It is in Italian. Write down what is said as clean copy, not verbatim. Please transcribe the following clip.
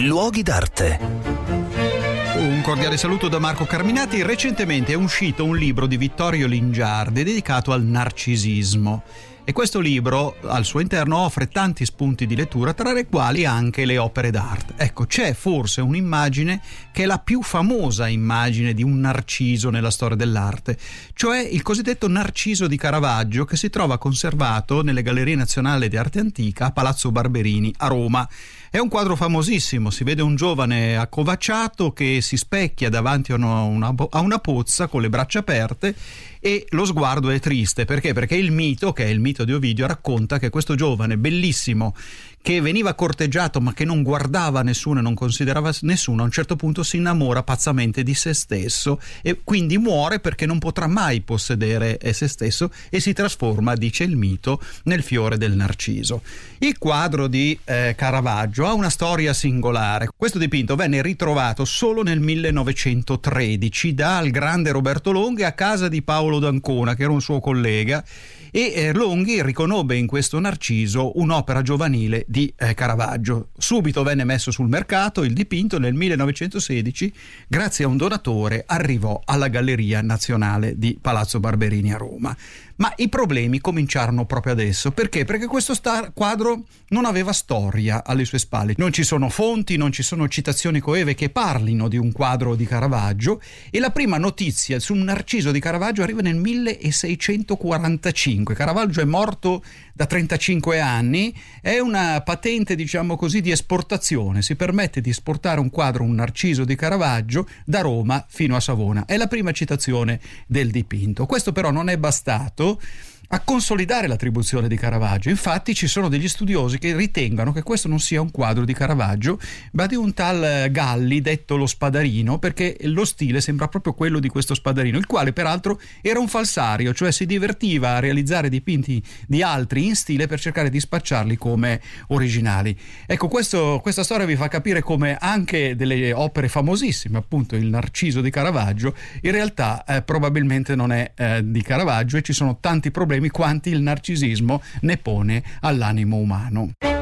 Luoghi d'arte. Un cordiale saluto da Marco Carminati. Recentemente è uscito un libro di Vittorio Lingiardi dedicato al narcisismo. E questo libro al suo interno offre tanti spunti di lettura, tra le quali anche le opere d'arte. Ecco, c'è forse un'immagine che è la più famosa immagine di un narciso nella storia dell'arte, cioè il cosiddetto Narciso di Caravaggio, che si trova conservato nelle Gallerie Nazionali di Arte Antica a Palazzo Barberini a Roma. È un quadro famosissimo, si vede un giovane accovacciato che si specchia davanti a una pozza con le braccia aperte e lo sguardo è triste. Perché? Perché il mito, che è il mito di Ovidio, racconta che questo giovane bellissimo che veniva corteggiato ma che non guardava nessuno e non considerava nessuno, a un certo punto si innamora pazzamente di se stesso e quindi muore perché non potrà mai possedere se stesso e si trasforma, dice il mito, nel fiore del narciso. Il quadro di Caravaggio ha una storia singolare. Questo dipinto venne ritrovato solo nel 1913 dal grande Roberto Longhi a casa di Paolo d'Ancona, che era un suo collega, e Longhi riconobbe in questo Narciso un'opera giovanile di Caravaggio. Subito venne messo sul mercato il dipinto. Nel 1916, grazie a un donatore, arrivò alla Galleria Nazionale di Palazzo Barberini a Roma. Ma i problemi cominciarono proprio adesso. Perché? Perché questo quadro non aveva storia alle sue spalle. Non ci sono fonti, non ci sono citazioni coeve che parlino di un quadro di Caravaggio, e la prima notizia su un Narciso di Caravaggio arriva nel 1645. Caravaggio è morto da 35 anni, è una patente, diciamo così, di esportazione. Si permette di esportare un quadro, un Narciso di Caravaggio, da Roma fino a Savona. È la prima citazione del dipinto. Questo però non è bastato a consolidare l'attribuzione di Caravaggio. Infatti ci sono degli studiosi che ritengono che questo non sia un quadro di Caravaggio, ma di un tal Galli, detto lo Spadarino, perché lo stile sembra proprio quello di questo Spadarino, il quale peraltro era un falsario, cioè si divertiva a realizzare dipinti di altri in stile per cercare di spacciarli come originali. Ecco, questa storia vi fa capire come anche delle opere famosissime, appunto il Narciso di Caravaggio, in realtà probabilmente non è di Caravaggio, e ci sono tanti problemi quanti il narcisismo ne pone all'animo umano.